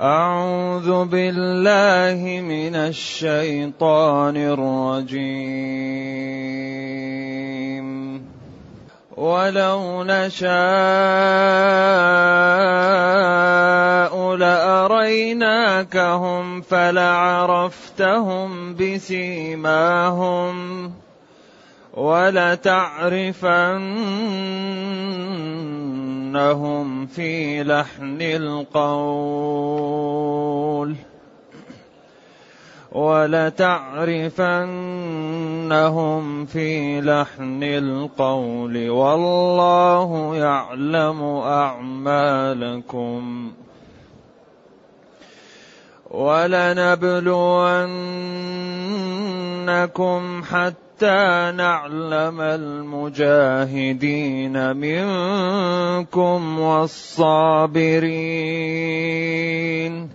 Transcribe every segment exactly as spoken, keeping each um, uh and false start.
أعوذ بالله من الشيطان الرجيم. ولو نشاء لأريناكهم فلعرفتهم بسيماهم ولتعرفنهم في لحن القول ولتعرفنهم في لحن القول والله يعلم أعمالكم ولنبلونكم حتى نعلم المجاهدين منكم والصابرين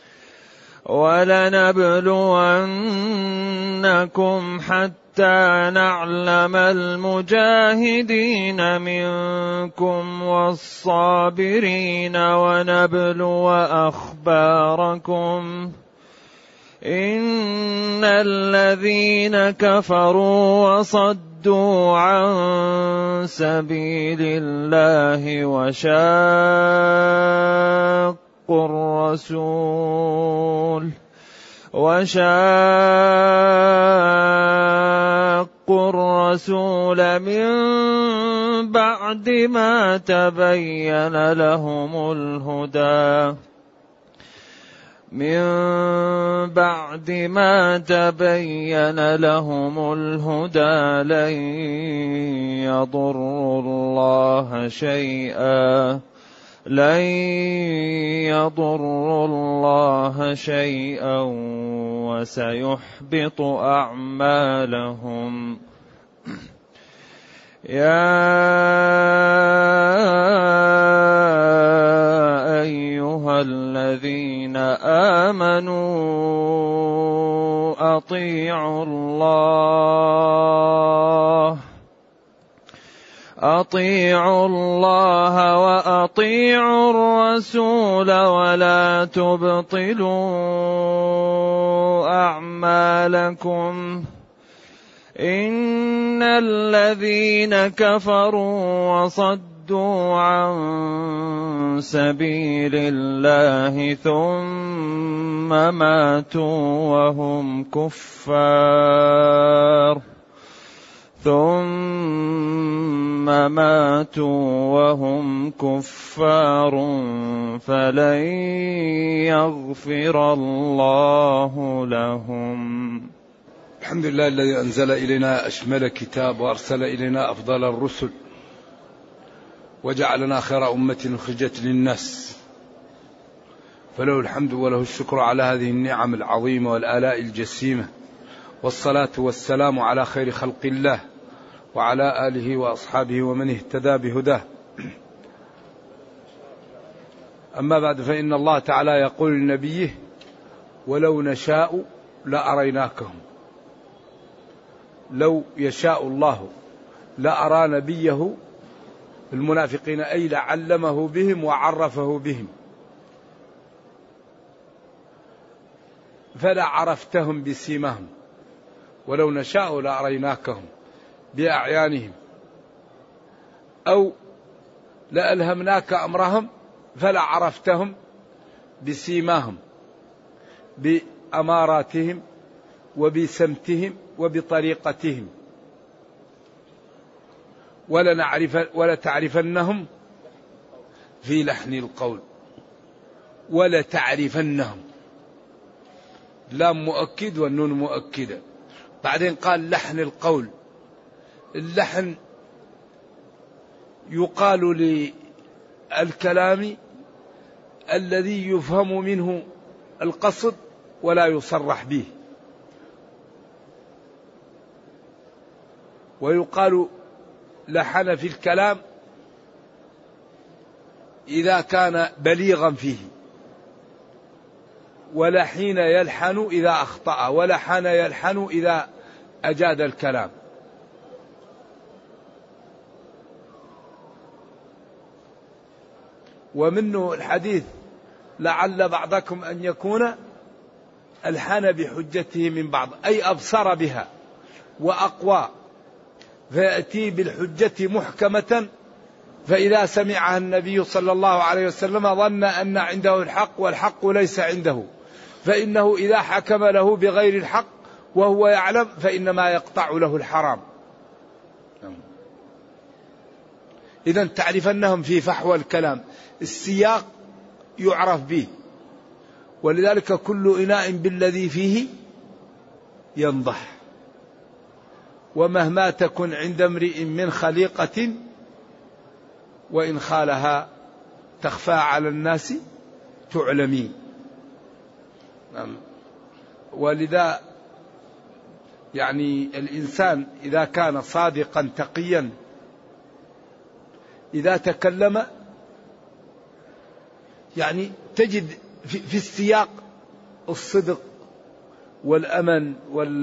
ولنبلونكم حتى نعلم المجاهدين منكم والصابرين ونبلو أخباركم إن الذين كفروا وصدوا عن سبيل الله وشاقوا الرسول وشاقوا الرسول من بعد ما تبين لهم الهدى من بعد ما تبين لهم الهدى لن يضروا الله شيئا لن يضروا الله شيئا وسيحبط أعمالهم. يا أيها الذين آمنوا أطيعوا الله أطيعوا الله وأطيعوا الرسول ولا تبطلوا أعمالكم إن الذين كفروا وصدوا عن سبيل الله ثم ماتوا وهم كفار ثم ماتوا وهم كفار فلن يغفر الله لهم. الحمد لله الذي أنزل إلينا أشمل كتاب وأرسل إلينا أفضل الرسل وجعلنا خير أمة أخرجت للناس، فله الحمد وله الشكر على هذه النعم العظيمة والآلاء الجسيمة، والصلاة والسلام على خير خلق الله وعلى آله وأصحابه ومن اهتدى بهداه. أما بعد، فإن الله تعالى يقول لنبيه: ولو نشاء لأريناكهم. لو يشاء الله لأرى نبيه المنافقين، أي لعلمه بهم وعرفه بهم، فلا عرفتهم بسيماهم. ولو نشاء لأريناكهم بأعيانهم، أو لألهمناك أمرهم فلا عرفتهم بسيماهم، بأماراتهم وبسمتهم وبطريقتهم، ولنعرف ولتعرفنهم في لحن القول. ولتعرفنهم، لام مؤكد والنون مؤكدة. بعدين قال لحن القول. اللحن يقال للكلام الذي يفهم منه القصد ولا يصرح به، ويقال لحن في الكلام إذا كان بليغا فيه، ولحين يلحن إذا أخطأ، ولحن يلحن إذا أجاد الكلام. ومنه الحديث لعل بعضكم أن يكون ألحن بحجته من بعض، أي أبصر بها وأقوى، فيأتي بالحجة محكمة، فإذا سمعها النبي صلى الله عليه وسلم ظن أن عنده الحق والحق ليس عنده، فإنه إذا حكم له بغير الحق وهو يعلم فإنما يقطع له الحرام. إذن تعرفنهم في فحوى الكلام، السياق يعرف به، ولذلك كل إناء بالذي فيه ينضح، ومهما تكن عند امرئ من خليقة وإن خالها تخفى على الناس تعلمين. ولذا يعني الإنسان إذا كان صادقا تقيا إذا تكلم يعني تجد في السياق الصدق والأمن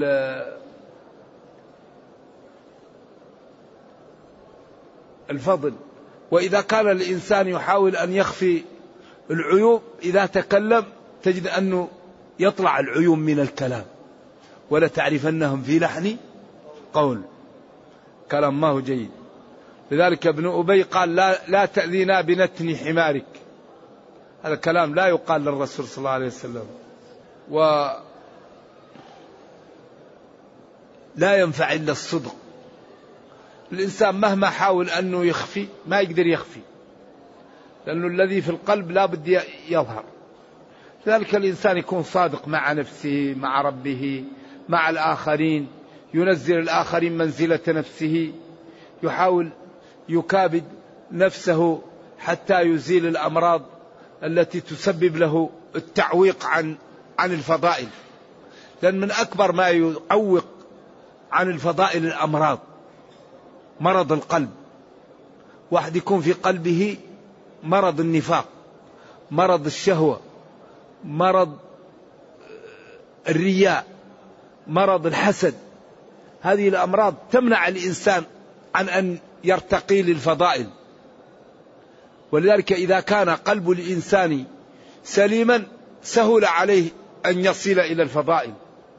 والفضل. وإذا كان الإنسان يحاول أن يخفي العيوب إذا تكلم تجد أنه يطلع العيوب من الكلام. ولا تعرفنهم في لحن قول، كلام ما هو جيد. لذلك ابن أبي قال لا, لا تأذينا بنتن حمارك، هذا كلام لا يقال للرسول صلى الله عليه وسلم، ولا ينفع إلا الصدق. الإنسان مهما حاول أنه يخفي ما يقدر يخفي، لأنه الذي في القلب لا بد يظهر. لذلك الإنسان يكون صادق مع نفسه، مع ربه، مع الآخرين، ينزل الآخرين منزلة نفسه، يحاول يكابد نفسه حتى يزيل الأمراض التي تسبب له التعويق عن عن الفضائل. لأن من أكبر ما يعوق عن الفضائل الأمراض، مرض القلب. واحد يكون في قلبه مرض النفاق، مرض الشهوة، مرض الرياء، مرض الحسد، هذه الأمراض تمنع الإنسان عن أن يرتقي للفضائل. ولذلك إذا كان قلب الإنسان سليما سهل عليه أن يصل إلى الفضائل.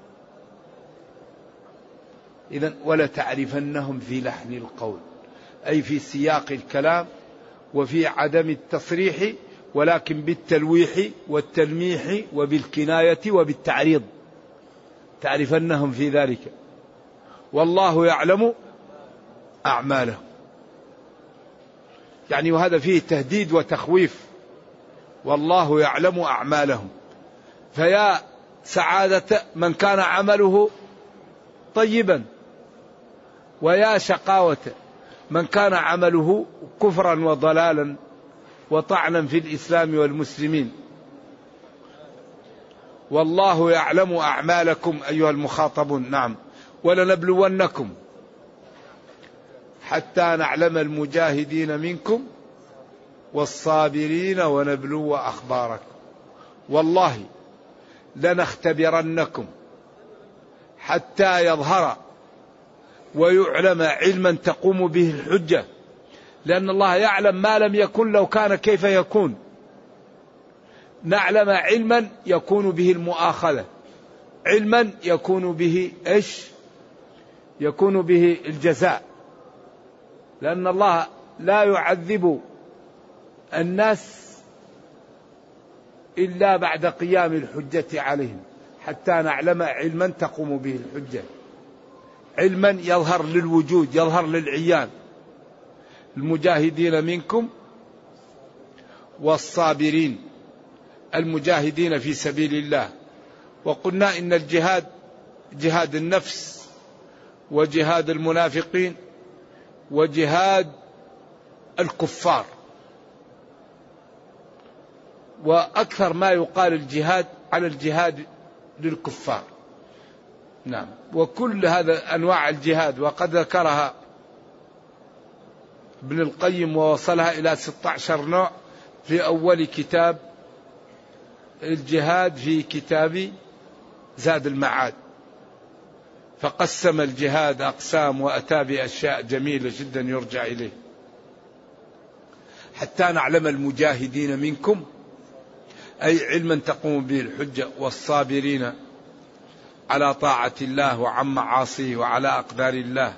إذن ولا تعرفنهم في لحن القول، أي في سياق الكلام وفي عدم التصريح، ولكن بالتلويح والتلميح وبالكناية وبالتعريض، تعرفنهم في ذلك. والله يعلم أعمالهم، يعني وهذا فيه تهديد وتخويف. والله يعلم أعمالهم، فيا سعادة من كان عمله طيبا، ويا شقاوة من كان عمله كفرا وضلالا وطعنا في الإسلام والمسلمين. والله يعلم أعمالكم أيها المخاطبون. نعم. ولنبلونكم حتى نعلم المجاهدين منكم والصابرين ونبلو أخباركم. والله لنختبرنكم حتى يظهر ويعلم علما تقوم به الحجة، لأن الله يعلم ما لم يكن لو كان كيف يكون. نعلم علما يكون به المؤاخذة، علما يكون به إيش؟ يكون به الجزاء، لأن الله لا يعذب الناس إلا بعد قيام الحجة عليهم، حتى نعلم علما تقوم به الحجة، علما يظهر للوجود، يظهر للعيان. المجاهدين منكم والصابرين، المجاهدين في سبيل الله. وقلنا إن الجهاد جهاد النفس وجهاد المنافقين وجهاد الكفار، وأكثر ما يقال الجهاد على الجهاد للكفار. نعم. وكل هذا أنواع الجهاد وقد ذكرها ابن القيم ووصلها إلى ستة عشر نوع في أول كتاب الجهاد في كتاب زاد المعاد، فقسم الجهاد أقسام وأتى بأشياء جميلة جدا يرجع إليه. حتى نعلم المجاهدين منكم، أي علما تقوم به الحجة، والصابرين على طاعة الله وعن معاصيه وعلى أقدار الله.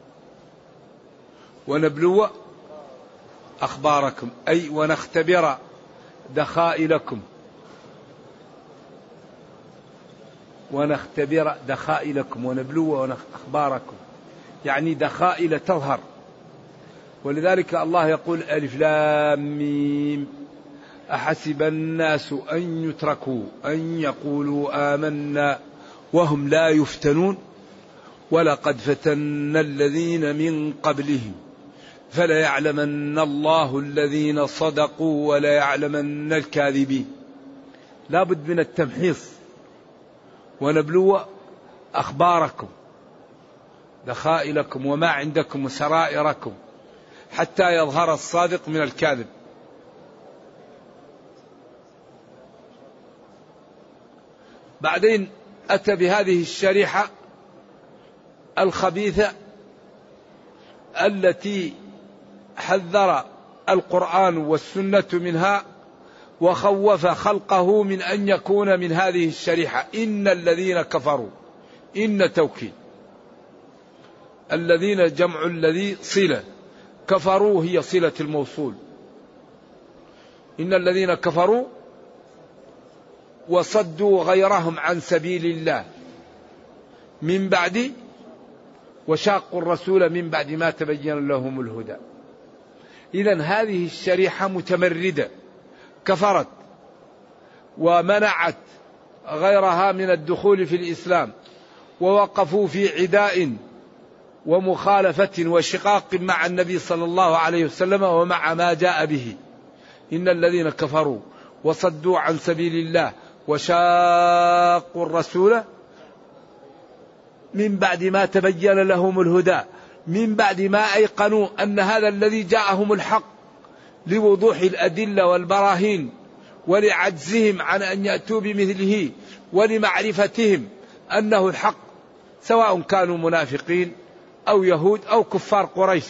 ونبلو أخباركم أي ونختبر دخائلكم، ونختبر دخائلكم ونبلو أخباركم، يعني دخائل تظهر. ولذلك الله يقول ألف لام ميم أحسب الناس أن يتركوا أن يقولوا آمنا وهم لا يفتنون ولقد فتنا الذين من قبلهم فليعلمن الله الذين صدقوا وليعلمن الكاذبين. لا بد من التمحيص. ونبلو أخباركم دخائلكم وما عندكم وسرائركم حتى يظهر الصادق من الكاذب. بعدين أتى بهذه الشريحة الخبيثة التي حذر القرآن والسنة منها وخوف خلقه من أن يكون من هذه الشريحة. إن الذين كفروا، إن توكيد، الذين جمع الذي صلة، كفروا هي صلة الموصول. إن الذين كفروا وصدوا غيرهم عن سبيل الله من بعد وشاقوا الرسول من بعد ما تبين لهم الهدى. إذن هذه الشريحة متمردة، كفرت ومنعت غيرها من الدخول في الإسلام، ووقفوا في عداء ومخالفة وشقاق مع النبي صلى الله عليه وسلم ومع ما جاء به. إن الذين كفروا وصدوا عن سبيل الله وشاقوا الرسول من بعد ما تبين لهم الهدى، من بعد ما أيقنوا أن هذا الذي جاءهم الحق لوضوح الأدلة والبراهين ولعجزهم عن أن يأتوا بمثله ولمعرفتهم أنه الحق، سواء كانوا منافقين أو يهود أو كفار قريش.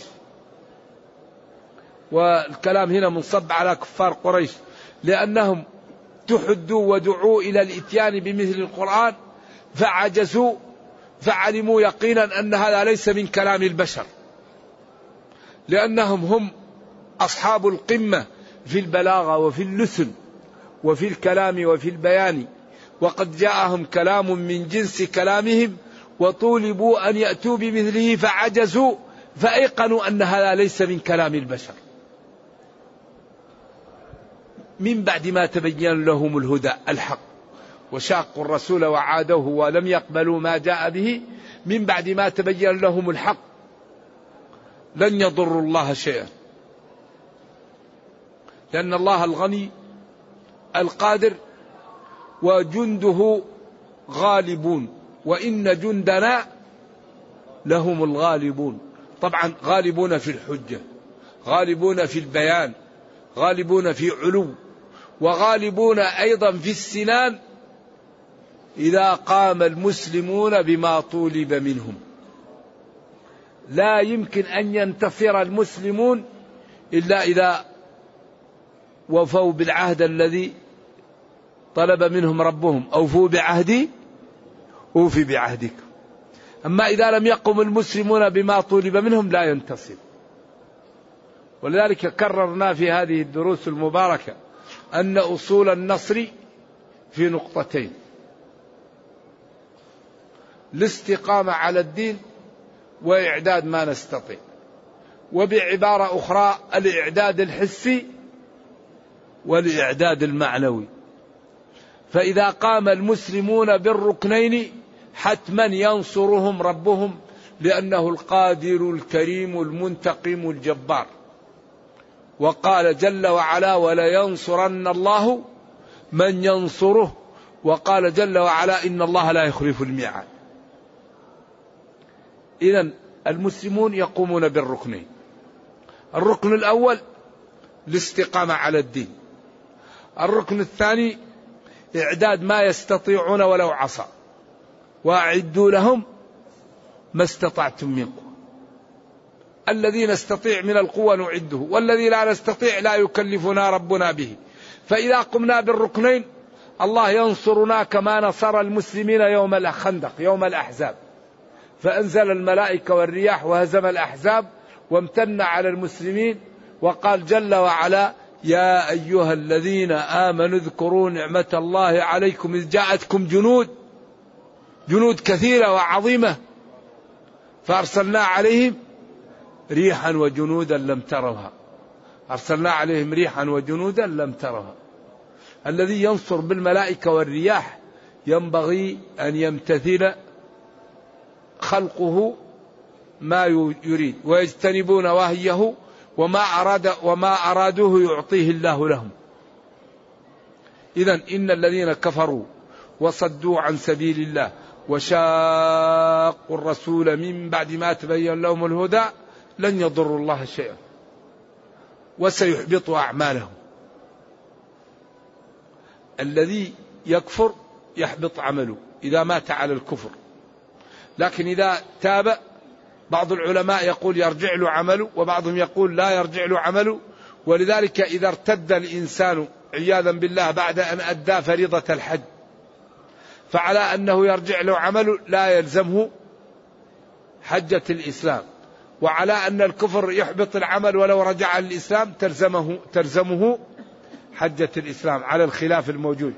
والكلام هنا منصب على كفار قريش لأنهم تحدوا ودعوا إلى الإتيان بمثل القرآن فعجزوا، فعلموا يقينا أن هذا ليس من كلام البشر، لأنهم هم أصحاب القمة في البلاغة وفي اللسن وفي الكلام وفي البيان، وقد جاءهم كلام من جنس كلامهم وطولبوا أن يأتوا بمثله فعجزوا، فأيقنوا أن هذا ليس من كلام البشر. من بعد ما تبين لهم الهدى الحق وشاقوا الرسول وعادوه ولم يقبلوا ما جاء به، من بعد ما تبين لهم الحق لن يضروا الله شيئا، لأن الله الغني القادر وجنده غالبون، وإن جندنا لهم الغالبون. طبعا غالبون في الحجة، غالبون في البيان، غالبون في علو، وغالبون أيضا في السنان إذا قام المسلمون بما طولب منهم. لا يمكن أن ينتصر المسلمون إلا إذا وفوا بالعهد الذي طلب منهم ربهم، أوفوا بعهدي أوفي بعهدكم. أما إذا لم يقم المسلمون بما طولب منهم لا ينتصر. ولذلك كررنا في هذه الدروس المباركة أن أصول النصر في نقطتين: الاستقامة على الدين وإعداد ما نستطيع، وبعبارة أخرى الإعداد الحسي والإعداد المعنوي. فإذا قام المسلمون بالركنين حتما ينصرهم ربهم، لأنه القادر الكريم المنتقم الجبار. وقال جل وعلا: ولينصرن الله من ينصره. وقال جل وعلا: إن الله لا يخلف الميعاد. إذن المسلمون يقومون بالركنين: الركن الأول الاستقامة على الدين، الركن الثاني إعداد ما يستطيعون ولو عصى، وأعدوا لهم ما استطعتم من قوة. الذي نستطيع من القوة نعده، والذي لا نستطيع لا يكلفنا ربنا به. فإذا قمنا بالركنين الله ينصرنا كما نصر المسلمين يوم الخندق يوم الأحزاب، فأنزل الملائكة والرياح وهزم الأحزاب وامتن على المسلمين، وقال جل وعلا يا أيها الذين آمنوا اذكروا نعمة الله عليكم إذ جاءتكم جنود جنود كثيرة وعظيمة فأرسلنا عليهم ريحا وجنودا لم تروها أرسلنا عليهم ريحا وجنودا لم تروها. الذي ينصر بالملائكة والرياح ينبغي أن يمتثل خلقه ما يريد ويجتنبون نواهيه وما أراد وما أرادوه يعطيه الله لهم. إذن إن الذين كفروا وصدوا عن سبيل الله وشاقوا الرسول من بعد ما تبين لهم الهدى لن يضروا الله شيئا وسيحبط أعمالهم. الذي يكفر يحبط عمله إذا مات على الكفر، لكن إذا تاب بعض العلماء يقول يرجع له عمله وبعضهم يقول لا يرجع له عمله. ولذلك إذا ارتد الإنسان عياذا بالله بعد أن أدى فريضة الحج فعلى أنه يرجع له عمله لا يلزمه حجة الإسلام، وعلى أن الكفر يحبط العمل ولو رجع الإسلام تلزمه, تلزمه حجة الإسلام على الخلاف الموجود.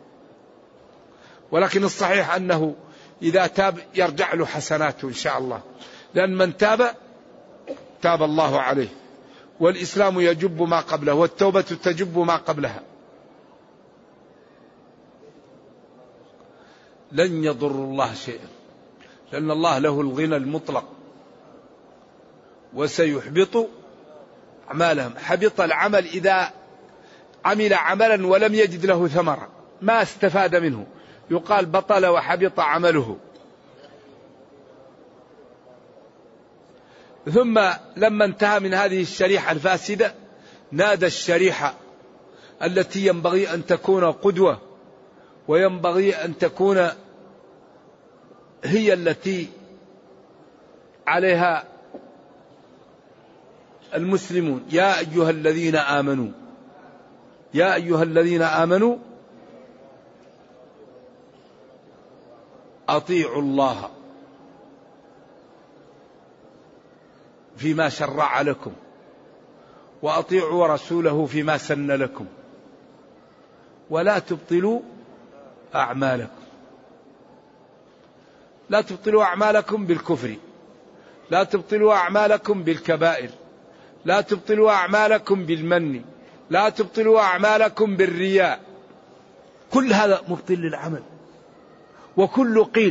ولكن الصحيح أنه إذا تاب يرجع له حسناته إن شاء الله، لأن من تاب تاب الله عليه، والإسلام يجب ما قبله والتوبة تجب ما قبلها. لن يضر الله شيئا لأن الله له الغنى المطلق وسيحبط أعمالهم. حبط العمل إذا عمل عملا ولم يجد له ثمرة ما استفاد منه يقال بطل وحبط عمله. ثم لما انتهى من هذه الشريحة الفاسدة نادى الشريحة التي ينبغي أن تكون قدوة وينبغي أن تكون هي التي عليها المسلمون. يا أيها الذين آمنوا يا أيها الذين آمنوا أطيعوا الله فيما شرع لكم وأطيعوا رسوله فيما سن لكم ولا تبطلوا أعمالكم. لا تبطلوا أعمالكم بالكفر، لا تبطلوا أعمالكم بالكبائر، لا تبطلوا أعمالكم بالمن، لا تبطلوا أعمالكم بالرياء. كل هذا مبطل للعمل وكل قيل.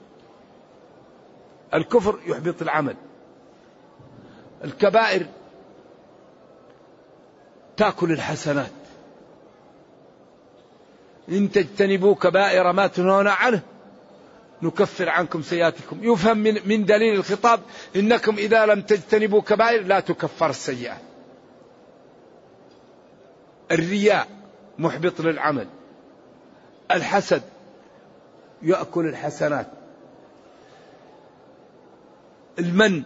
الكفر يحبط العمل، الكبائر تأكل الحسنات. إن تجتنبوا كبائر ما تنهون عنه نكفر عنكم سيئاتكم. يفهم من, من دليل الخطاب إنكم إذا لم تجتنبوا كبائر لا تكفر السيئات. الرياء محبط للعمل، الحسد يأكل الحسنات، المن.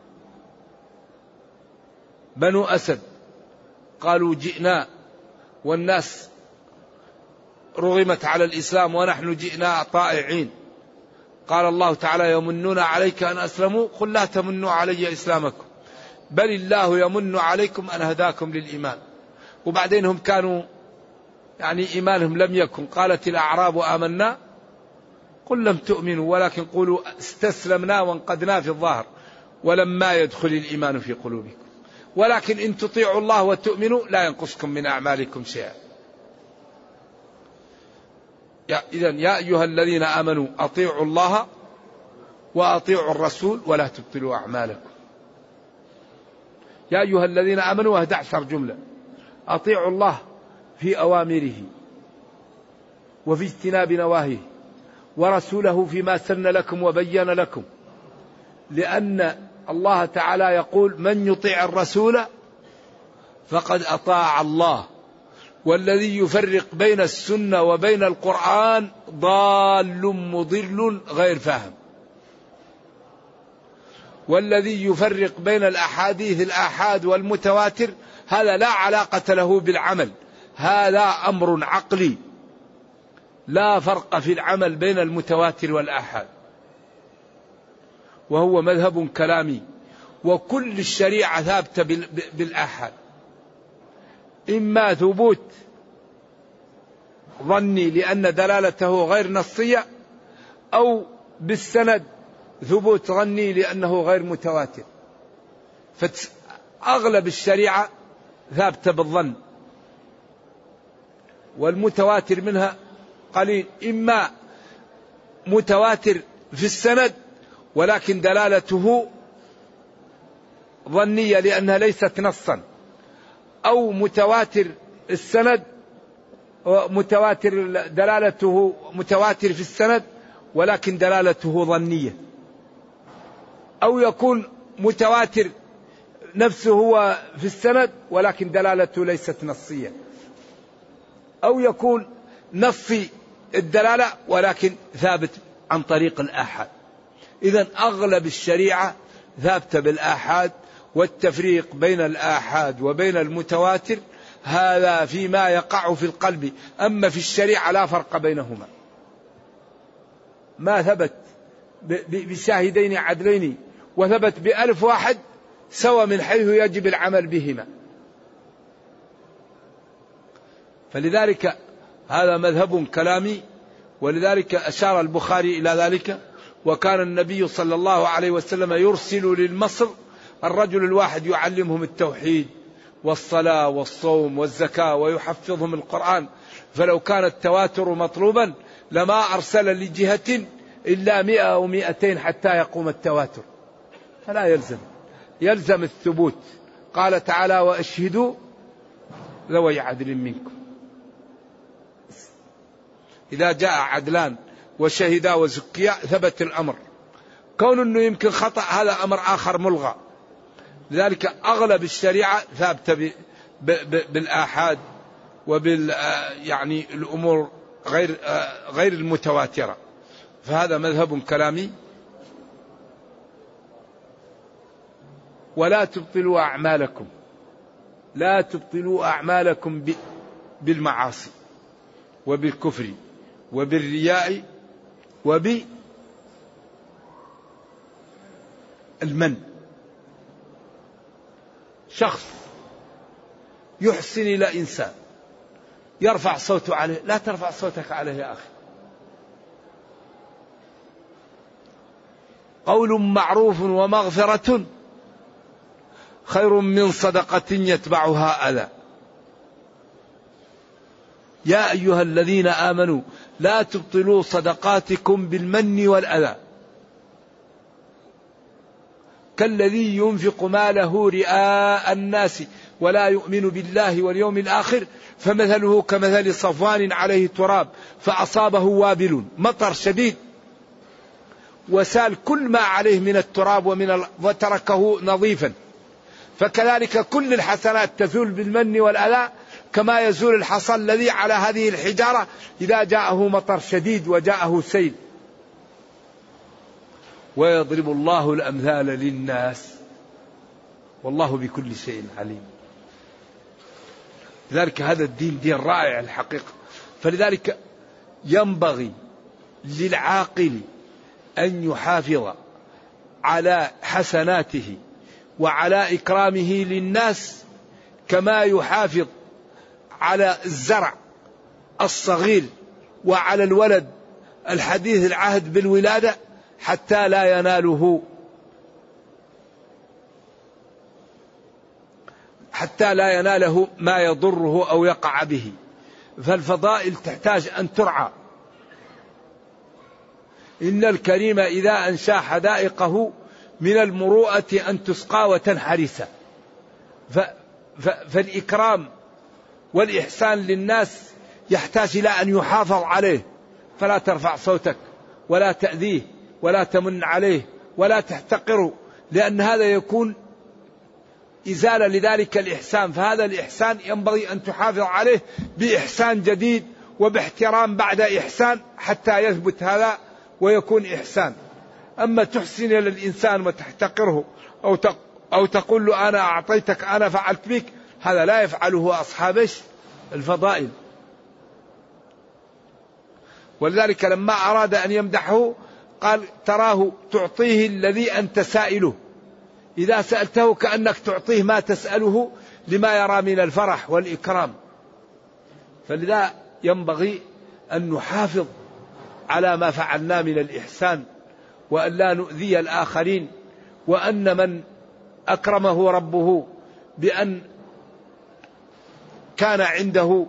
بنو أسد قالوا جئنا والناس رغمت على الإسلام ونحن جئنا طائعين. قال الله تعالى يمنون عليك أن أسلموا قل لا تمنوا علي إسلامكم بل الله يمن عليكم أن هداكم للإيمان. وبعدين هم كانوا يعني إيمانهم لم يكن. قالت الأعراب آمنا قل لم تؤمنوا ولكن قولوا استسلمنا وانقدنا في الظاهر ولما يدخل الإيمان في قلوبكم ولكن إن تطيعوا الله وتؤمنوا لا ينقصكم من أعمالكم شيئا. إذن يا أيها الذين آمنوا أطيعوا الله وأطيعوا الرسول ولا تبطلوا أعمالكم. يا أيها الذين آمنوا أحد عشر جملة. أطيعوا الله في أوامره وفي اجتناب نواهيه ورسوله فيما سن لكم وبين لكم، لأن الله تعالى يقول من يطيع الرسول فقد أطاع الله والذي يفرق بين السنة وبين القرآن ضال مضل غير فاهم. والذي يفرق بين الأحاديث الآحاد والمتواتر هذا لا علاقة له بالعمل، هذا أمر عقلي، لا فرق في العمل بين المتواتر والآحاد، وهو مذهب كلامي. وكل الشريعة ثابتة بالآحاد، إما ثبوت ظني لأن دلالته غير نصية، أو بالسند ثبوت ظني لأنه غير متواتر. فأغلب الشريعة ثابتة بالظن، والمتواتر منها قليل، إما متواتر في السند ولكن دلالته ظنية لأنها ليست نصا، أو متواتر السند متواتر دلالته متواتر في السند ولكن دلالته ظنية، أو يكون متواتر نفسه هو في السند ولكن دلالته ليست نصية، أو يكون نصي الدلالة ولكن ثابت عن طريق الآحاد. إذن أغلب الشريعة ثابتة بالآحاد، والتفريق بين الآحاد وبين المتواتر هذا فيما يقع في القلب، أما في الشريعة لا فرق بينهما. ما ثبت بشاهدين عدلين وثبت بألف واحد سوى من حيث يجب العمل بهما. فلذلك هذا مذهب كلامي، ولذلك أشار البخاري إلى ذلك. وكان النبي صلى الله عليه وسلم يرسل للمصر الرجل الواحد يعلمهم التوحيد والصلاة والصوم والزكاة ويحفظهم القرآن، فلو كان التواتر مطلوبا لما أرسل لجهة إلا مئة أو مئتين حتى يقوم التواتر، فلا يلزم يلزم الثبوت. قال تعالى: وأشهدوا ذوي عدل منكم. إذا جاء عدلان وشهدا وزكيا ثبت الأمر. كون أنه يمكن خطأ هذا أمر آخر ملغى. لذلك أغلب الشريعة ثابتة بالآحاد وبال يعني الأمور غير غير المتواترة. فهذا مذهب كلامي. ولا تبطلوا أعمالكم، لا تبطلوا أعمالكم بالمعاصي وبالكفر وبالرياء وبالمن. شخص يحسن إلى إنسان يرفع صوته عليه، لا ترفع صوتك عليه يا أخي. قول معروف ومغفرة خير من صدقة يتبعها أذى. يا أيها الذين آمنوا لا تبطلوا صدقاتكم بالمن والأذى كالذي ينفق ماله رئاء الناس ولا يؤمن بالله واليوم الآخر فمثله كمثل صفوان عليه تراب فأصابه وابل مطر شديد وسال كل ما عليه من التراب ومن وتركه نظيفا. فكذلك كل الحسنات تزول بالمن والأذى كما يزول الحصى الذي على هذه الحجارة إذا جاءه مطر شديد وجاءه سيل. ويضرب الله الأمثال للناس والله بكل شيء عليم. لذلك هذا الدين دين رائع الحقيقة. فلذلك ينبغي للعاقل أن يحافظ على حسناته وعلى إكرامه للناس كما يحافظ على الزرع الصغير وعلى الولد الحديث العهد بالولادة حتى لا يناله حتى لا يناله ما يضره أو يقع به. فالفضائل تحتاج أن ترعى. إن الكريم إذا أنشأ حدائقه من المروءة أن تسقى وتنحرس. فالإكرام والإحسان للناس يحتاج إلى أن يحافظ عليه، فلا ترفع صوتك ولا تأذيه ولا تمن عليه ولا تحتقره، لأن هذا يكون إزالة لذلك الإحسان. فهذا الإحسان ينبغي أن تحافظ عليه بإحسان جديد وباحترام بعد إحسان حتى يثبت هذا ويكون إحسان. أما تحسن إلى الإنسان وتحتقره أو أو تقول له أنا أعطيتك أنا فعلت بك، هذا لا يفعله أصحاب الفضائل. ولذلك لما أراد أن يمدحه قال تراه تعطيه الذي أنت سائله، إذا سألته كأنك تعطيه ما تسأله لما يرى من الفرح والإكرام. فلذا ينبغي أن نحافظ على ما فعلنا من الإحسان، وأن لا نؤذي الآخرين، وأن من أكرمه ربه بأن كان عنده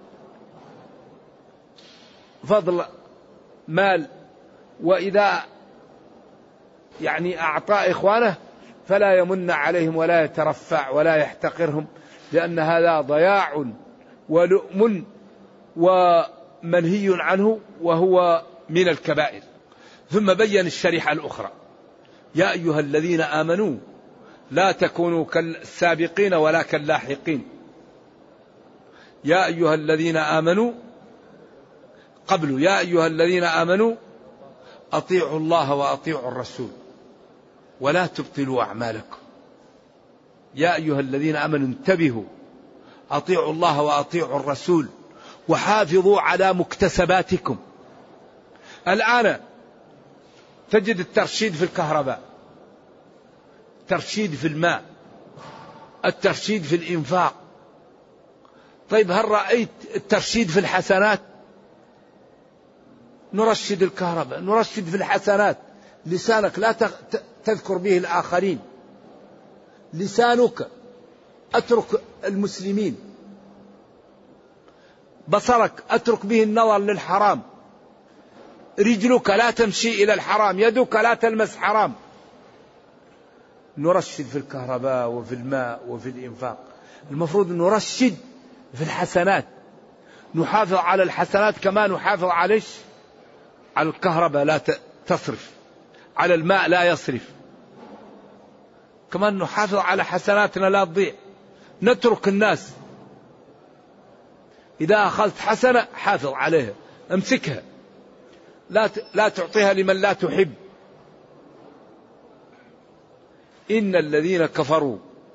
فضل مال، وإذا يعني أعطى إخوانه فلا يمن عليهم ولا يترفع ولا يحتقرهم، لأن هذا ضياع ولؤم ومنهي عنه وهو من الكبائر. ثم بين الشريحة الأخرى: يا أيها الذين آمنوا لا تكونوا كالسابقين ولا كاللاحقين. يا أيها الذين آمنوا قبل يا أيها الذين آمنوا أطيعوا الله وأطيعوا الرسول ولا تبطلوا أعمالكم. يا أيها الذين آمنوا انتبهوا، أطيعوا الله وأطيعوا الرسول وحافظوا على مكتسباتكم. الآن تجد الترشيد في الكهرباء، الترشيد في الماء، الترشيد في الإنفاق. طيب هل رأيت الترشيد في الحسنات؟ نرشد الكهرباء، نرشد في الحسنات. لسانك لا تذكر به الآخرين، لسانك أترك المسلمين، بصرك أترك به النظر للحرام، رجلك لا تمشي إلى الحرام، يدك لا تلمس حرام. نرشد في الكهرباء وفي الماء وفي الإنفاق. المفروض نرشد في الحسنات، نحافظ على الحسنات كما نحافظ على على الكهرباء لا تصرف، على الماء لا يصرف، كمان نحافظ على حسناتنا لا تضيع. نترك الناس، إذا أخذت حسنة حافظ عليها، امسكها، لا لا تعطيها لمن لا تحب. إن الذين كفروا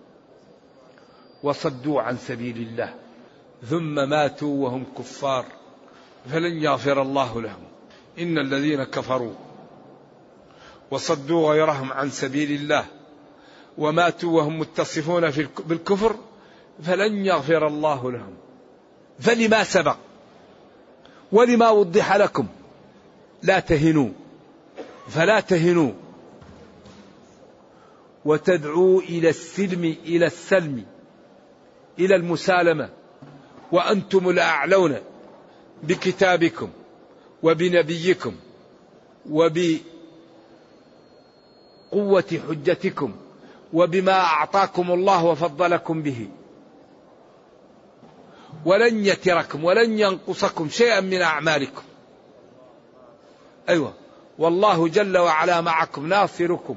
وصدوا عن سبيل الله ثم ماتوا وهم كفار فلن يغفر الله لهم. إن الذين كفروا وصدوا غيرهم عن سبيل الله وماتوا وهم متصفون بالكفر فلن يغفر الله لهم. فلما سبق ولما وضح لكم لا تهنوا، فلا تهنوا وتدعوا إلى السلم إلى السلم إلى المسالمة وأنتم الأعلون بكتابكم وبنبيكم وبقوة حجتكم وبما أعطاكم الله وفضلكم به، ولن يتركم ولن ينقصكم شيئا من أعمالكم. أيوة، والله جل وعلا معكم ناصركم.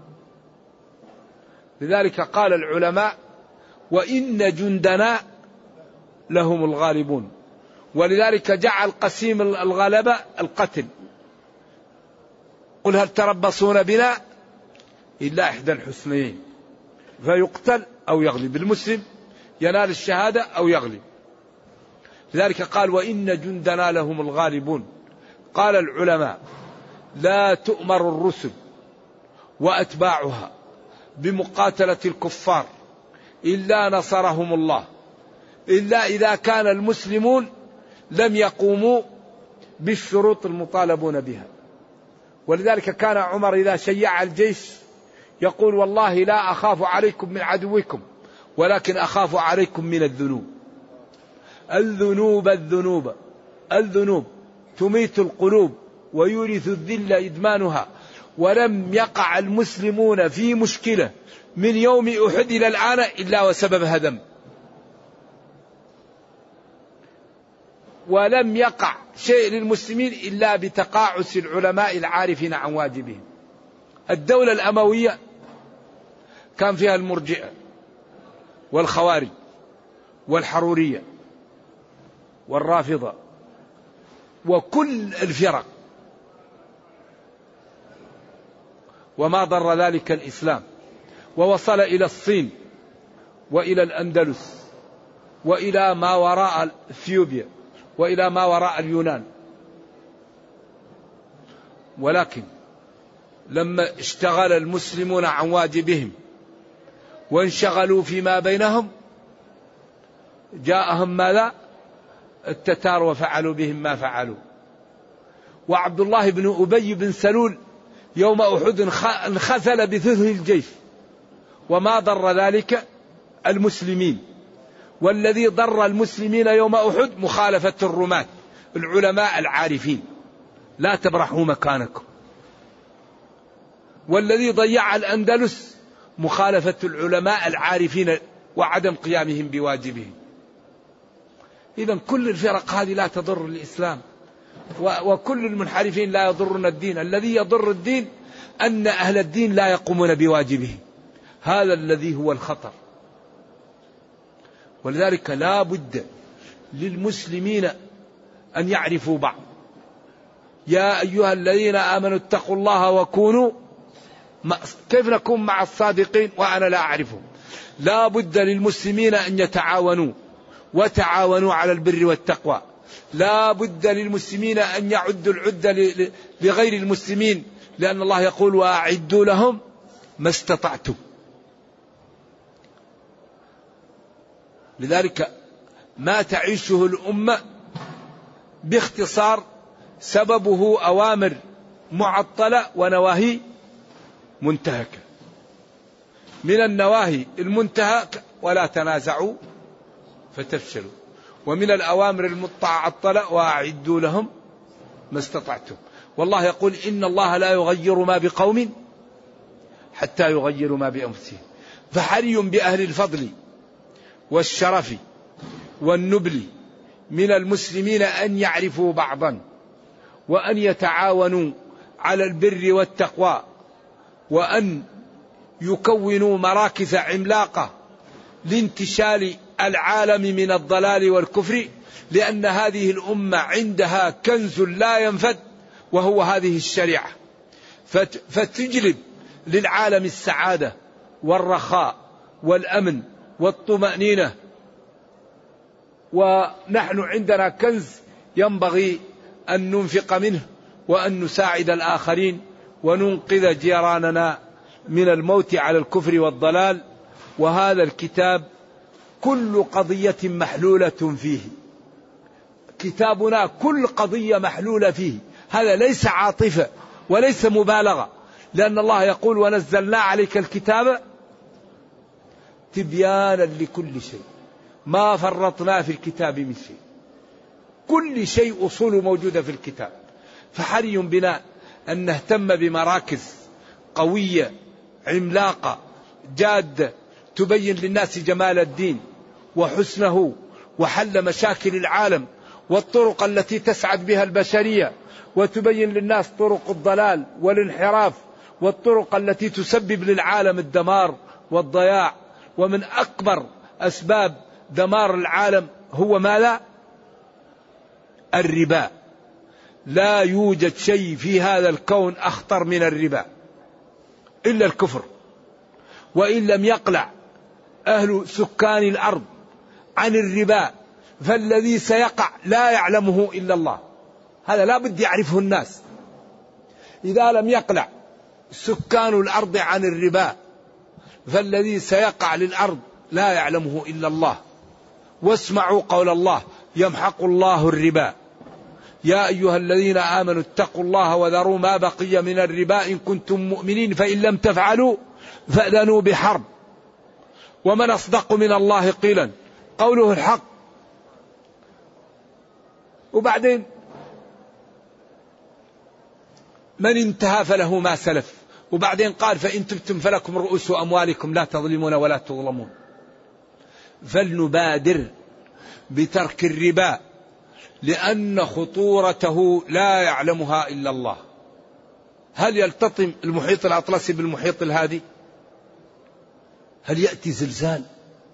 لذلك قال العلماء: وإن جندنا لهم الغالبون. ولذلك جعل قسيم الغلبة القتل. قل هل تربصون بنا إلا إحدى الحسنيين، فيقتل أو يغلب. المسلم ينال الشهادة أو يغلب. لذلك قال: وإن جندنا لهم الغالبون. قال العلماء: لا تؤمر الرسل وأتباعها بمقاتلة الكفار إلا نصرهم الله، إلا إذا كان المسلمون لم يقوموا بالشروط المطالبون بها. ولذلك كان عمر إذا شيع الجيش يقول: والله لا أخاف عليكم من عدوكم ولكن أخاف عليكم من الذنوب. الذنوب الذنوب الذنوب تميت القلوب ويورث الذل إدمانها. ولم يقع المسلمون في مشكلة من يوم أحد إلى الآن إلا وسببها ذنب، ولم يقع شيء للمسلمين إلا بتقاعس العلماء العارفين عن واجبهم. الدولة الأموية كان فيها المرجئة والخوارج والحرورية والرافضة وكل الفرق، وما ضر ذلك الإسلام، ووصل إلى الصين وإلى الأندلس وإلى ما وراء إثيوبيا وإلى ما وراء اليونان. ولكن لما اشتغل المسلمون عن واجبهم وانشغلوا فيما بينهم جاءهم ماذا؟ التتار وفعلوا بهم ما فعلوا. وعبد الله بن أبي بن سلول يوم أحد انخذل بثلث الجيش وما ضر ذلك المسلمين. والذي ضر المسلمين يوم أحد مخالفة الرماة العلماء العارفين، لا تبرحوا مكانكم. والذي ضيع الأندلس مخالفة العلماء العارفين وعدم قيامهم بواجبهم. إذن كل الفرق هذه لا تضر الإسلام، وكل المنحرفين لا يضرون الدين. الذي يضر الدين أن أهل الدين لا يقومون بواجبهم، هذا الذي هو الخطر. ولذلك لا بد للمسلمين أن يعرفوا بعض. يا أيها الذين آمنوا اتقوا الله وكونوا، كيف نكون مع الصادقين وأنا لا أعرفهم؟ لا بد للمسلمين أن يتعاونوا، وتعاونوا على البر والتقوى. لا بد للمسلمين أن يعدوا العدة لغير المسلمين، لأن الله يقول وأعدوا لهم ما استطعتم. لذلك ما تعيشه الأمة باختصار سببه أوامر معطلة ونواهي منتهكة. من النواهي المنتهك ولا تنازعوا فتفشلوا، ومن الأوامر المعطلة وأعدوا لهم ما استطعتم. والله يقول إن الله لا يغير ما بقوم حتى يغيروا ما بأنفسهم. فحري بأهل الفضل والشرف والنبل من المسلمين أن يعرفوا بعضا، وأن يتعاونوا على البر والتقوى، وأن يكونوا مراكز عملاقة لانتشال العالم من الضلال والكفر، لأن هذه الأمة عندها كنز لا ينفد وهو هذه الشريعة، فتجلب للعالم السعادة والرخاء والأمن والطمأنينة. ونحن عندنا كنز ينبغي أن ننفق منه وأن نساعد الآخرين وننقذ جيراننا من الموت على الكفر والضلال. وهذا الكتاب كل قضية محلولة فيه، كتابنا كل قضية محلولة فيه. هذا ليس عاطفة وليس مبالغة، لأن الله يقول ونزلنا عليك الكتاب تبيانا لكل شيء ما فرطنا في الكتاب من شيء. كل شيء أصول موجودة في الكتاب. فحري بنا أن نهتم بمراكز قوية عملاقة جادة تبين للناس جمال الدين وحسنه وحل مشاكل العالم والطرق التي تسعد بها البشرية، وتبين للناس طرق الضلال والانحراف والطرق التي تسبب للعالم الدمار والضياع. ومن أكبر أسباب دمار العالم هو ماذا؟ الربا. لا يوجد شيء في هذا الكون أخطر من الربا إلا الكفر. وإن لم يقلع أهل سكان الأرض عن الربا فالذي سيقع لا يعلمه إلا الله. هذا لا بد يعرفه الناس. إذا لم يقلع سكان الأرض عن الربا فالذي سيقع للأرض لا يعلمه إلا الله. واسمعوا قول الله يمحق الله الربا يا أيها الذين آمنوا اتقوا الله وذروا ما بقي من الربا إن كنتم مؤمنين فإن لم تفعلوا فأذنوا بحرب ومن أصدق من الله قيلا قوله الحق. وبعدين من انتهى فله ما سلف. وبعدين قال فإن تبتم فلكم رؤوس أموالكم لا تظلمون ولا تظلمون. فلنبادر بترك الربا لأن خطورته لا يعلمها إلا الله. هل يلتطم المحيط الأطلسي بالمحيط الهادي؟ هل يأتي زلزال؟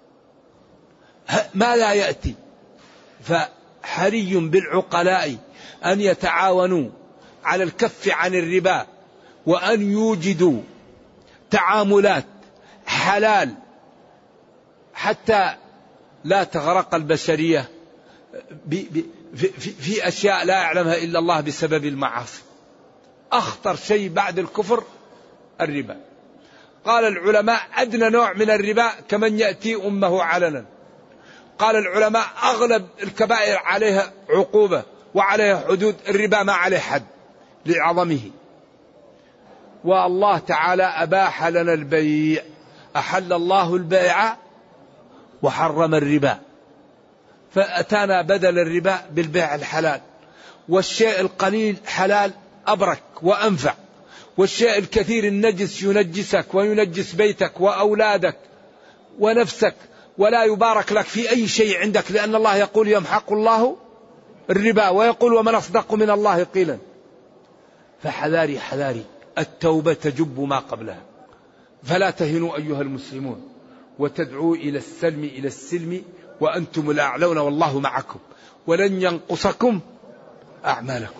ما لا يأتي. فحري بالعقلاء أن يتعاونوا على الكف عن الربا وأن يوجدوا تعاملات حلال حتى لا تغرق البشرية في أشياء لا يعلمها إلا الله بسبب المعاصي. أخطر شيء بعد الكفر الربا. قال العلماء أدنى نوع من الربا كمن يأتي أمه علنا. قال العلماء أغلب الكبائر عليها عقوبة وعليها حدود، الربا ما عليه حد لعظمه. والله تعالى أباح لنا البيع، أحل الله البيع وحرم الربا، فأتانا بدل الربا بالبيع الحلال. والشيء القليل حلال أبرك وأنفع، والشيء الكثير النجس ينجسك وينجس بيتك وأولادك ونفسك، ولا يبارك لك في أي شيء عندك، لأن الله يقول يمحق الله الربا، ويقول ومن أصدق من الله قيلا. فحذاري حذاري، التوبة تجب ما قبلها. فلا تهنوا أيها المسلمون وتدعوا إلى السلم إلى السلم وأنتم الأعلون والله معكم ولن ينقصكم أعمالكم.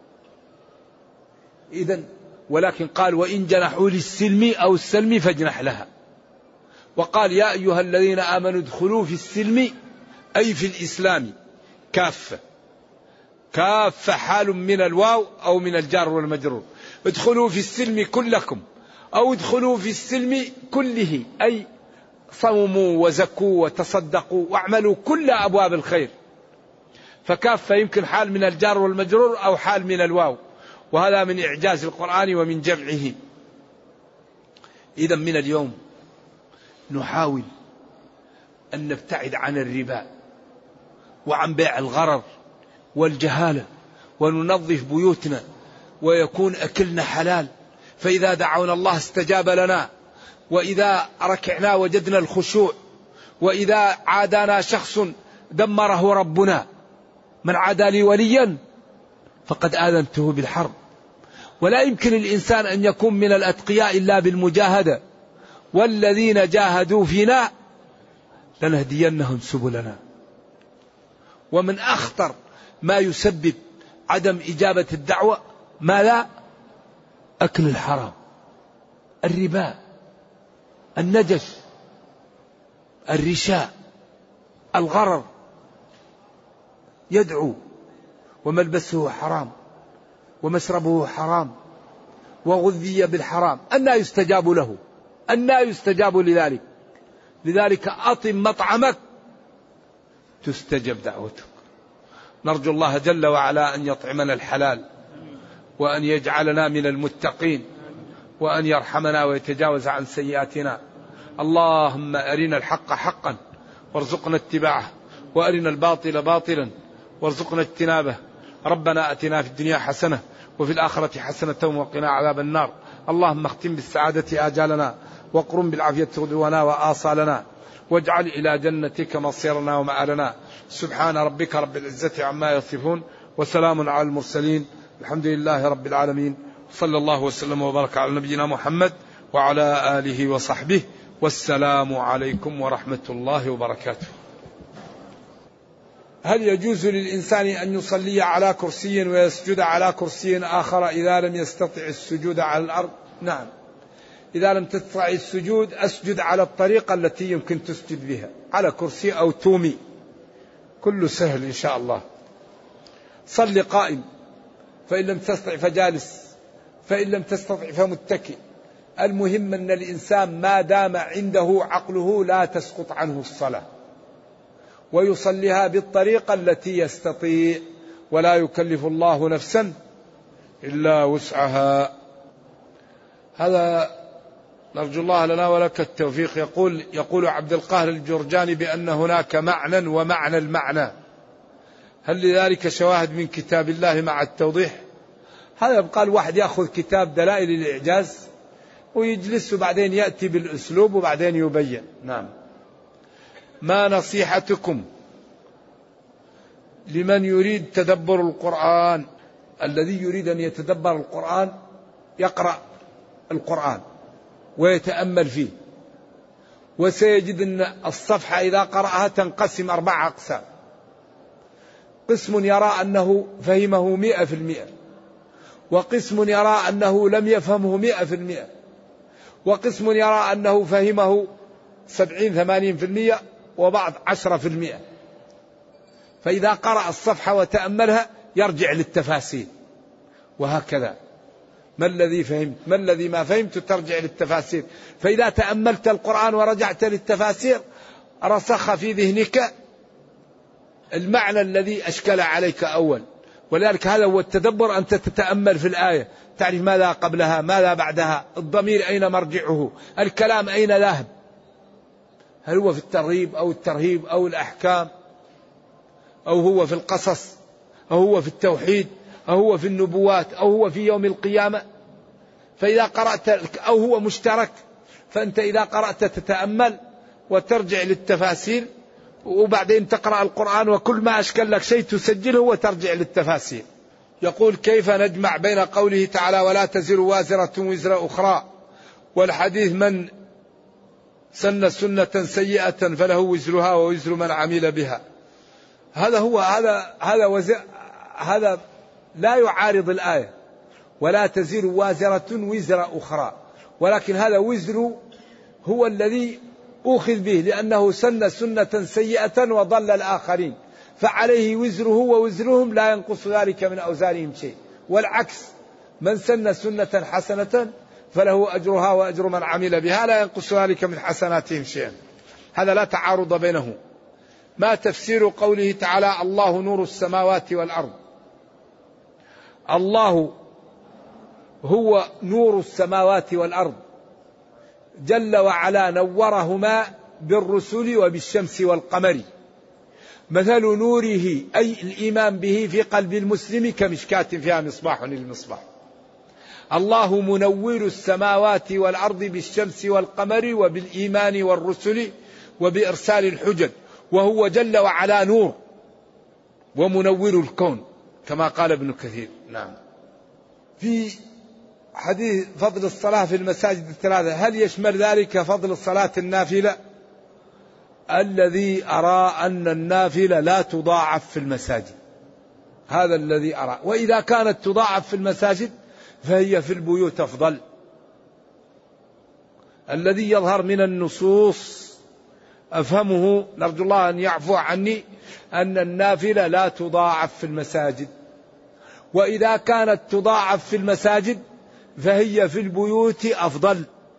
إذن ولكن قال وإن جنحوا للسلم أو السلم فاجنح لها. وقال يا أيها الذين آمنوا ادخلوا في السلم أي في الإسلام كافة. كافة حال من الواو أو من الجار والمجرور. ادخلوا في السلم كلكم أو ادخلوا في السلم كله، أي صوموا وزكوا وتصدقوا واعملوا كل أبواب الخير. فكافة يمكن حال من الجار والمجرور أو حال من الواو، وهذا من إعجاز القرآن ومن جمعه. إذا من اليوم نحاول أن نبتعد عن الربا وعن بيع الغرر والجهالة، وننظف بيوتنا ويكون أكلنا حلال، فإذا دعونا الله استجاب لنا، وإذا ركعنا وجدنا الخشوع، وإذا عادانا شخص دمره ربنا. من عادى لي وليا فقد آذنته بالحرب. ولا يمكن الإنسان أن يكون من الأتقياء إلا بالمجاهدة، والذين جاهدوا فينا لنهدينهم سبلنا. ومن أخطر ما يسبب عدم إجابة الدعوة ما لا أكل الحرام، الربا، النجش، الرشاء، الغرر. يدعو وملبسه حرام ومشربه حرام وغذي بالحرام، أنى يستجاب له؟ أنى يستجاب لذلك؟ لذلك أطم مطعمك تستجب دعوتك. نرجو الله جل وعلا أن يطعمنا الحلال، وأن يجعلنا من المتقين، وأن يرحمنا ويتجاوز عن سيئاتنا. اللهم أرنا الحق حقا وارزقنا اتباعه، وأرنا الباطل باطلا وارزقنا اجتنابه. ربنا أتنا في الدنيا حسنة وفي الآخرة حسنة وقنا عذاب النار. اللهم اختم بالسعادة آجالنا، واقرم بالعافية غدونا وآصالنا، واجعل إلى جنتك مصيرنا ومآلنا. سبحان ربك رب العزة عما يصفون، وسلام على المرسلين، الحمد لله رب العالمين. صلى الله وسلم وبارك على نبينا محمد وعلى آله وصحبه، والسلام عليكم ورحمة الله وبركاته. هل يجوز للإنسان أن يصلي على كرسي ويسجد على كرسي آخر إذا لم يستطع السجود على الأرض؟ نعم، إذا لم تستطع السجود أسجد على الطريقة التي يمكن تسجد بها، على كرسي أو تومي، كله سهل إن شاء الله. صل قائم، فإن لم تستطع فجالس، فإن لم تستطع فمتكئ. المهم أن الإنسان ما دام عنده عقله لا تسقط عنه الصلاة، ويصليها بالطريقة التي يستطيع، ولا يكلف الله نفسا إلا وسعها. هذا نرجو الله لنا ولك التوفيق. يقول يقول عبد القاهر الجرجاني بأن هناك معنى ومعنى المعنى، هل لذلك شواهد من كتاب الله مع التوضيح؟ هذا يبقى الواحد يأخذ كتاب دلائل الإعجاز ويجلس وبعدين يأتي بالأسلوب وبعدين يبين. نعم. ما نصيحتكم لمن يريد تدبر القرآن؟ الذي يريد أن يتدبر القرآن يقرأ القرآن ويتأمل فيه، وسيجد أن الصفحة إذا قرأها تنقسم أربع أقسام. قسم يرى أنه فهمه مئة في المئة، وقسم يرى أنه لم يفهمه مئة في المئة، وقسم يرى أنه فهمه سبعين ثمانين في المئة، وبعض عشرة في المئة. فإذا قرأ الصفحة وتأملها يرجع للتفاسير، وهكذا. ما الذي فهمت، ما الذي ما فهمت، ترجع للتفاسير. فإذا تأملت القرآن ورجعت للتفاسير رسخ في ذهنك المعنى الذي أشكل عليك أول. ولذلك هذا هو التدبر، أنت تتأمل في الآية تعرف ماذا قبلها ماذا بعدها، الضمير أين مرجعه، الكلام أين ذاهب، هل هو في الترغيب أو الترهيب أو الأحكام، أو هو في القصص، أو هو في التوحيد، أو هو في النبوات، أو هو في يوم القيامة. فإذا قرأت أو هو مشترك. فأنت إذا قرأت تتأمل وترجع للتفاسير، وبعدين تقرأ القرآن وكل ما أشكل لك شيء تسجله وترجع للتفاسير. يقول كيف نجمع بين قوله تعالى ولا تزر وازرة وزر أخرى والحديث من سن سنة سيئة فله وزرها ووزر من عمل بها. هذا هو هذا هذا وزر هذا لا يعارض الآية ولا تزر وازرة وزر أخرى، ولكن هذا وزر هو الذي أخذ به لأنه سن سنة سيئة وضل الآخرين، فعليه وزره ووزرهم لا ينقص ذلك من أوزارهم شيء. والعكس من سن سنة حسنة فله أجرها وأجر من عمل بها لا ينقص ذلك من حسناتهم شيئا. هذا لا تعارض بينه. ما تفسير قوله تعالى الله نور السماوات والأرض؟ الله هو نور السماوات والأرض جل وعلا، نورهما بالرسل وبالشمس والقمر. مثل نوره أي الإيمان به في قلب المسلم كمشكاة فيها مصباح للمصباح. الله منور السماوات والأرض بالشمس والقمر وبالإيمان والرسل وبإرسال الحجج، وهو جل وعلا نور ومنور الكون كما قال ابن كثير. نعم. في حديث فضل الصلاة في المساجد الثلاثة هل يشمل ذلك فضل الصلاة النافلة؟ الذي أرى أن النافلة لا تضاعف في المساجد، هذا الذي أرى. وإذا كانت تضاعف في المساجد فهي في البيوت أفضل. الذي يظهر من النصوص أفهمه، نرجو الله أن يعفو عني، أن النافلة لا تضاعف في المساجد. وإذا كانت تضاعف في المساجد فهي في البيوت أفضل.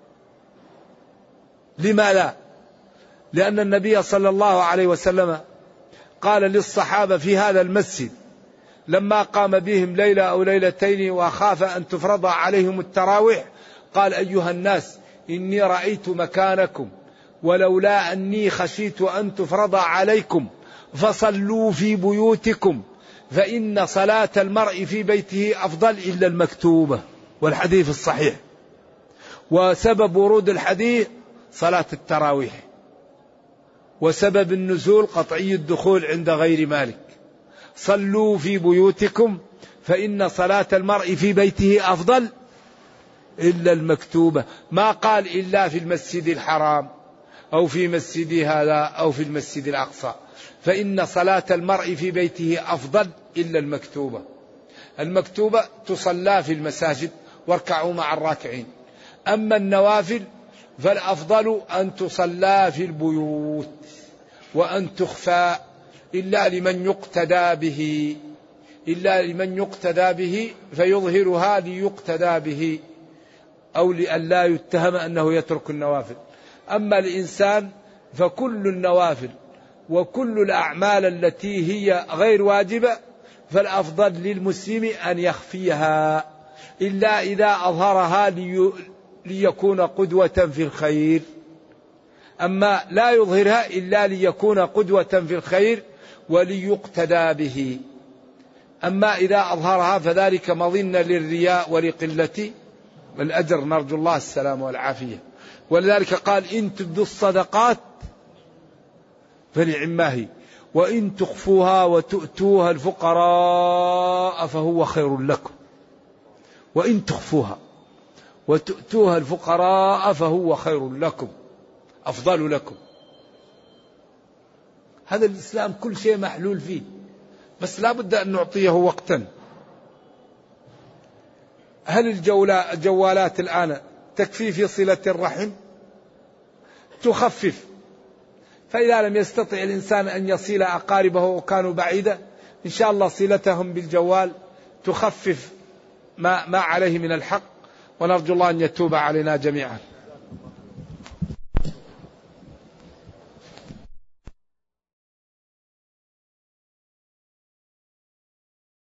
لما لا؟ لأن النبي صلى الله عليه وسلم قال للصحابة في هذا المسجد لما قام بهم ليلة أو ليلتين وخاف أن تفرض عليهم التراويح، قال أيها الناس إني رأيت مكانكم ولولا أني خشيت أن تفرض عليكم فصلوا في بيوتكم فإن صلاة المرء في بيته أفضل إلا المكتوبة. والحديث الصحيح. وسبب ورود الحديث صلاة التراويح، وسبب النزول قطعي الدخول عند غير مالك. صلوا في بيوتكم فإن صلاة المرء في بيته أفضل إلا المكتوبة. ما قال إلا في المسجد الحرام أو في مسجد هذا أو في المسجد الأقصى. فإن صلاة المرء في بيته أفضل إلا المكتوبة. المكتوبة تصلى في المساجد واركعوا مع الراكعين. أما النوافل فالأفضل أن تصلى في البيوت وأن تخفى إلا لمن يقتدى به، إلا لمن يقتدى به فيظهرها ليقتدى به أو لئلا يتهم أنه يترك النوافل. أما الإنسان فكل النوافل وكل الأعمال التي هي غير واجبة فالأفضل للمسلم أن يخفيها إلا إذا أظهرها لي ليكون قدوة في الخير. أما لا يظهرها إلا ليكون قدوة في الخير وليقتدى به. أما إذا أظهرها فذلك مظنة للرياء ولقلة الأجر، نرجو الله السلام والعافية. ولذلك قال إن تبدوا الصدقات فنعما هي وإن تخفوها وتؤتوها الفقراء فهو خير لكم. وإن تخفوها وتؤتوها الفقراء فهو خير لكم أفضل لكم. هذا الإسلام كل شيء محلول فيه، بس لا بد أن نعطيه وقتا. هل الجوالات الآن تكفي في صلة الرحم؟ تخفف، فإذا لم يستطع الإنسان أن يصل أقاربه وكانوا بعيدا، إن شاء الله صلتهم بالجوال تخفف ما, ما عليه من الحق، ونرجو الله أن يتوب علينا جميعا.